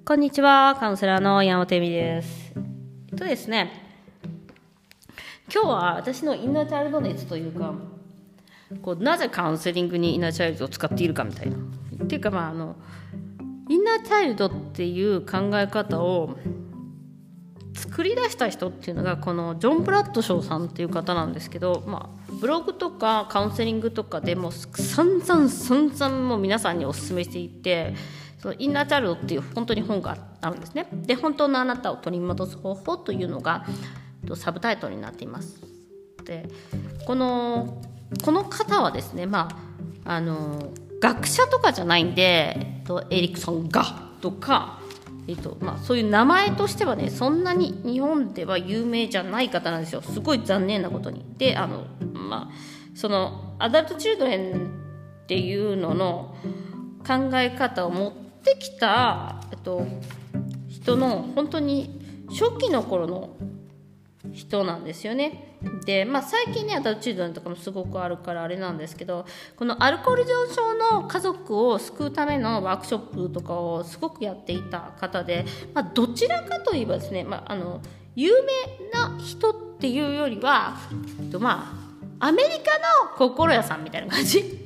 こんにちは、カウンセラーの山本恵美です。ですね、今日は私のインナーチャイルド熱というか、なぜカウンセリングにインナーチャイルドを使っているかみたいな。っていうか、インナーチャイルドっていう考え方を作り出した人っていうのがこのジョン・ブラッドショーさんっていう方なんですけど、ブログとかカウンセリングとかでも散々もう皆さんにお勧めしていて、そのインナーチャイルドっていう本当に本があるんですね。で、本当のあなたを取り戻す方法というのがサブタイトルになっています。で、この方はですね、学者とかじゃないんで、エリクソンがとか、そういう名前としてはね、そんなに日本では有名じゃない方なんですよ。すごい残念なことに。で、そのアダルトチルドレンっていうのの考え方を持ってきた、人の本当に初期の頃の人なんですよね。で、最近ねアダルトチルドレンとかもすごくあるからあれなんですけど、このアルコール依存症の家族を救うためのワークショップとかをすごくやっていた方で、どちらかといえばですね、有名な人っていうよりは、アメリカの心屋さんみたいな感じ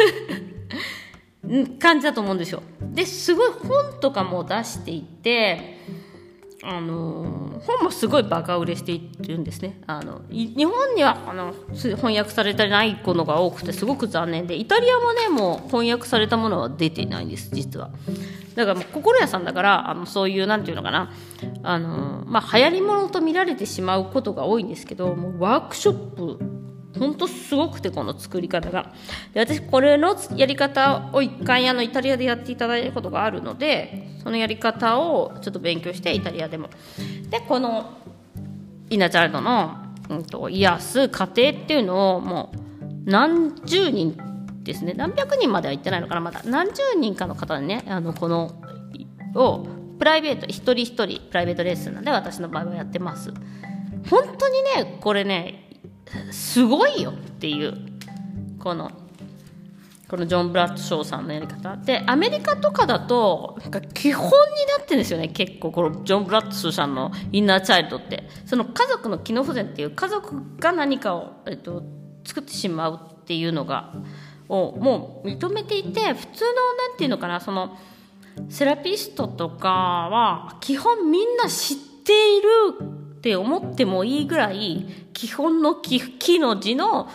感じだと思うんですよ。ですごい本とかも出していて、本もすごいバカ売れしているんですね。日本には翻訳されてないものが多くてすごく残念で、イタリアもねもう翻訳されたものは出ていないんです実は。だからもう心屋さんだからそういうなんていうのかな、流行り物と見られてしまうことが多いんですけど、もうワークショップ本当すごくて、この作り方が。で、私これのやり方を一回イタリアでやっていただいたことがあるので、そのやり方をちょっと勉強して、イタリアでも。で、このインナーチャイルドの、癒す過程っていうのをもう何十人ですね、何百人までは行ってないのかな、まだ何十人かの方にね、このをプライベート一人一人プライベートレッスンなんで私の場合はやってます。本当にねこれねすごいよっていう、このジョン・ブラッドショーさんのやり方で、アメリカとかだとなんか基本になってるんですよね。結構このジョン・ブラッドショーさんのインナーチャイルドって、その家族の機能不全っていう、家族が何かを、作ってしまうっていうのがをもう認めていて、普通のなんていうのかな、そのセラピストとかは基本みんな知っているって思ってもいいぐらい基本の木の字の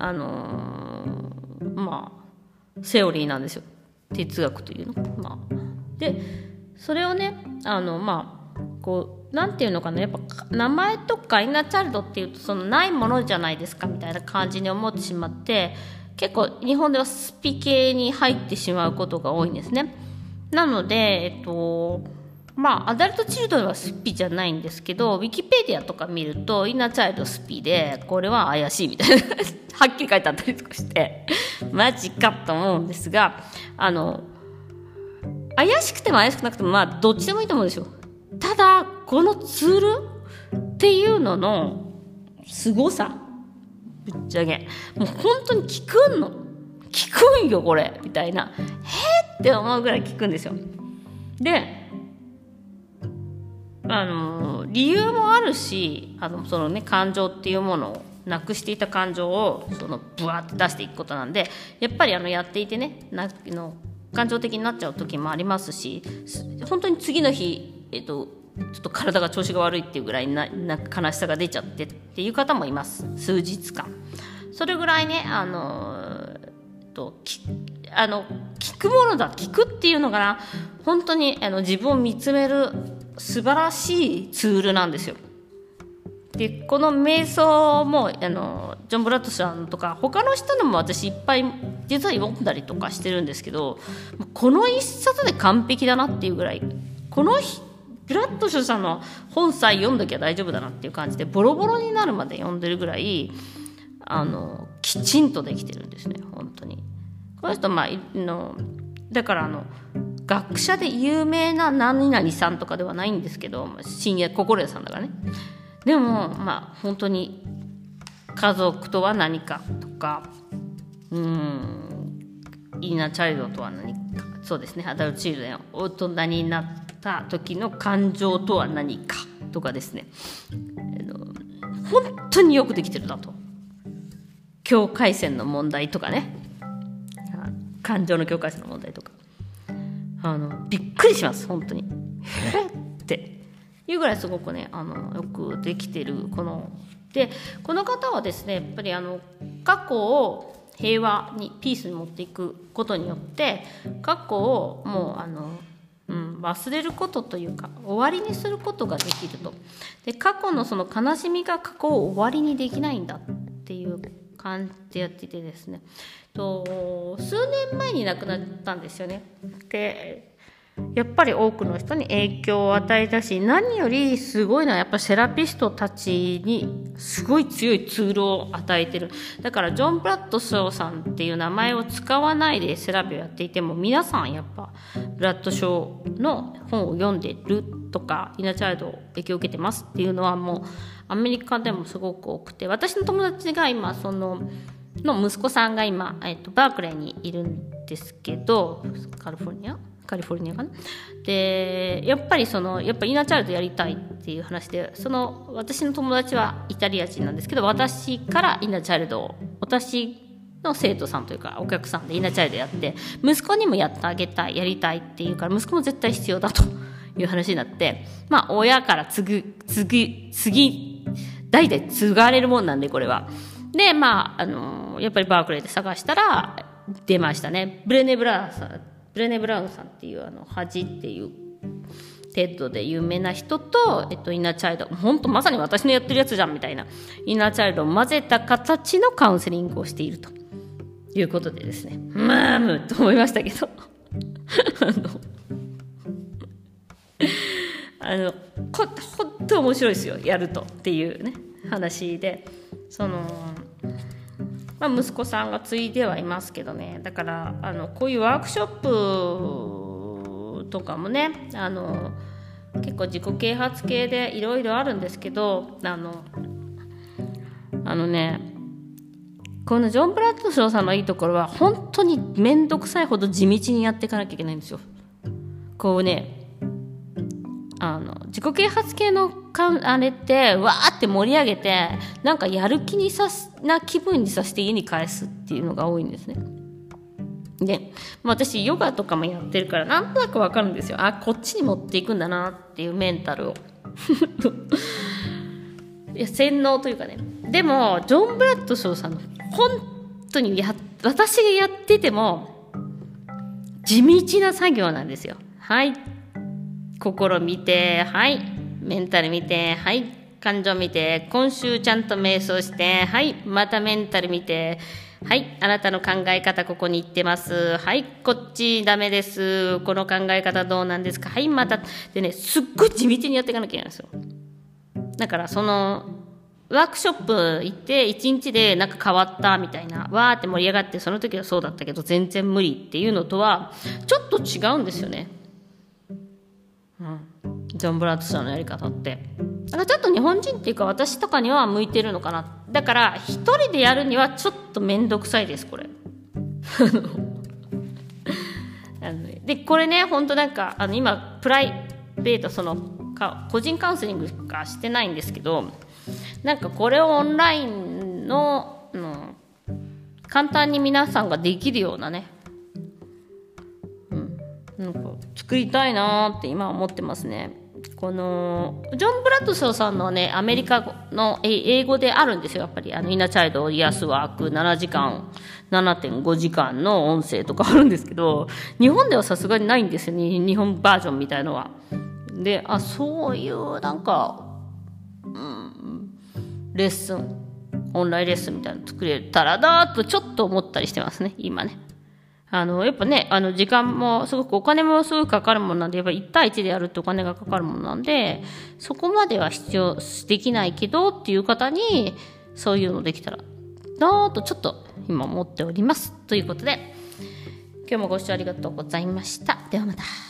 セオリーなんですよ、哲学というの。でそれをねなんていうのかな、やっぱ名前とかインナーチャイルドっていうとそのないものじゃないですかみたいな感じに思ってしまって、結構日本ではスピ系に入ってしまうことが多いんですね。なのでアダルトチルドレンはスピじゃないんですけど、ウィキペディアとか見るとインナーチャイルドスピで、これは怪しいみたいなはっきり書いてあったりとかしてマジかと思うんですが、怪しくても怪しくなくてもどっちでもいいと思うんですよ。ただこのツールっていうのの凄さ、ぶっちゃけもう本当に効くんよこれみたいな、って思うぐらい効くんですよ。で理由もあるし、そのね感情っていうものをなくしていた感情をブワーって出していくことなんで、やっぱりやっていてね感情的になっちゃう時もありますし、本当に次の日ちょっと体が調子が悪いっていうぐらいなんか悲しさが出ちゃってっていう方もいます。数日間それぐらいね効くものだ、効くっていうのかな、本当に自分を見つめる素晴らしいツールなんですよ。でこの瞑想もジョン・ブラッドさんとか他の人のも私いっぱい実は読んだりとかしてるんですけど、この一冊で完璧だなっていうぐらい、このブラッドショーさんの本さえ読んどきゃ大丈夫だなっていう感じで、ボロボロになるまで読んでるぐらいきちんとできてるんですね。本当にこの人だから学者で有名な何々さんとかではないんですけど、心屋さんだからね。でも本当に家族とは何かとか、インナーチャイルドとは何か、そうですね、アダルトチルドレン、大人になってた時の感情とは何かとかですね、本当によくできてるなと。境界線の問題とかね、感情の境界線の問題とか、びっくりします本当にっていうぐらいすごくねよくできてるこの方はですね、やっぱり過去を平和にピースに持っていくことによって過去をもう忘れることというか終わりにすることができると。で過去のその悲しみが過去を終わりにできないんだっていう感じでやっていてですね、数年前に亡くなったんですよね。でやっぱり多くの人に影響を与えたし、何よりすごいのはやっぱセラピストたちにすごい強いツールを与えてる。だからジョン・ブラッドショーさんっていう名前を使わないでセラピーをやっていても、皆さんやっぱブラッドショーの本を読んでるとかイナーチャイルドを影響を受けてますっていうのはもうアメリカでもすごく多くて、私の友達が今の息子さんが今、バークレーにいるんですけど、カリフォルニアかな。でやっぱりイナーチャイルドやりたいっていう話で、私の友達はイタリア人なんですけど、私からイナーチャイルドを、私の生徒さんというかお客さんでイナーチャイルドやって、息子にもやってあげたい、やりたいっていうから、息子も絶対必要だという話になって、親から代々継がれるもんなんで、これは。でやっぱりバークレーで探したら出ましたね。ブレネ・ブラウンさんっていう恥っていうテッドで有名な人と、イナーチャイルド、本当まさに私のやってるやつじゃんみたいなイナーチャイルドを混ぜた形のカウンセリングをしているということでですね、と思いましたけど本当面白いですよ、やるとっていうね話で、息子さんが継いではいますけどね。だからこういうワークショップとかもね、結構自己啓発系でいろいろあるんですけど、このジョン・ブラッドショーさんのいいところは、本当に面倒くさいほど地道にやっていかなきゃいけないんですよ。こうね、自己啓発系のあれってわーって盛り上げて、なんかやる気な気分にさせて家に帰すっていうのが多いんですね。で、私ヨガとかもやってるからなんとなくわかるんですよ。こっちに持っていくんだなっていうメンタルをいや洗脳というかね。でもジョン・ブラッドショーさんの本当に私がやってても地道な作業なんですよ。はい、心見て、はい、メンタル見て、はい、感情見て、今週ちゃんと瞑想して、はい、またメンタル見て、はい、あなたの考え方ここに行ってます、はい、こっちダメです、この考え方どうなんですか、はい、またでね、すっごい地道にやっていかなきゃいけないんですよ。だからワークショップ行って1日でなんか変わったみたいな、わーって盛り上がって、その時はそうだったけど全然無理っていうのとはちょっと違うんですよね。ジョン・ブラッドさんのやり方って、だからちょっと日本人っていうか私とかには向いてるのかな。だから一人でやるにはちょっと面倒くさいです、これでこれね、本当なんか今プライベート個人カウンセリングしかしてないんですけど、なんかこれをオンラインの、簡単に皆さんができるようなね、なんか作りたいなって今思ってますね。このジョン・ブラッドショーさんのね、アメリカの英語であるんですよ。やっぱりイナーチャイルドイヤースワーク7.5 時間の音声とかあるんですけど、日本ではさすがにないんですよね、日本バージョンみたいのは。で、そういうなんか、レッスン、オンラインレッスンみたいなの作れたらなとちょっと思ったりしてますね、今ね。やっぱね、時間もすごくお金もすごくかかるものなんで、やっぱ1対1でやるってお金がかかるものなんで、そこまではできないけどっていう方にそういうのできたらなとちょっと今思っております。ということで、今日もご視聴ありがとうございました。ではまた。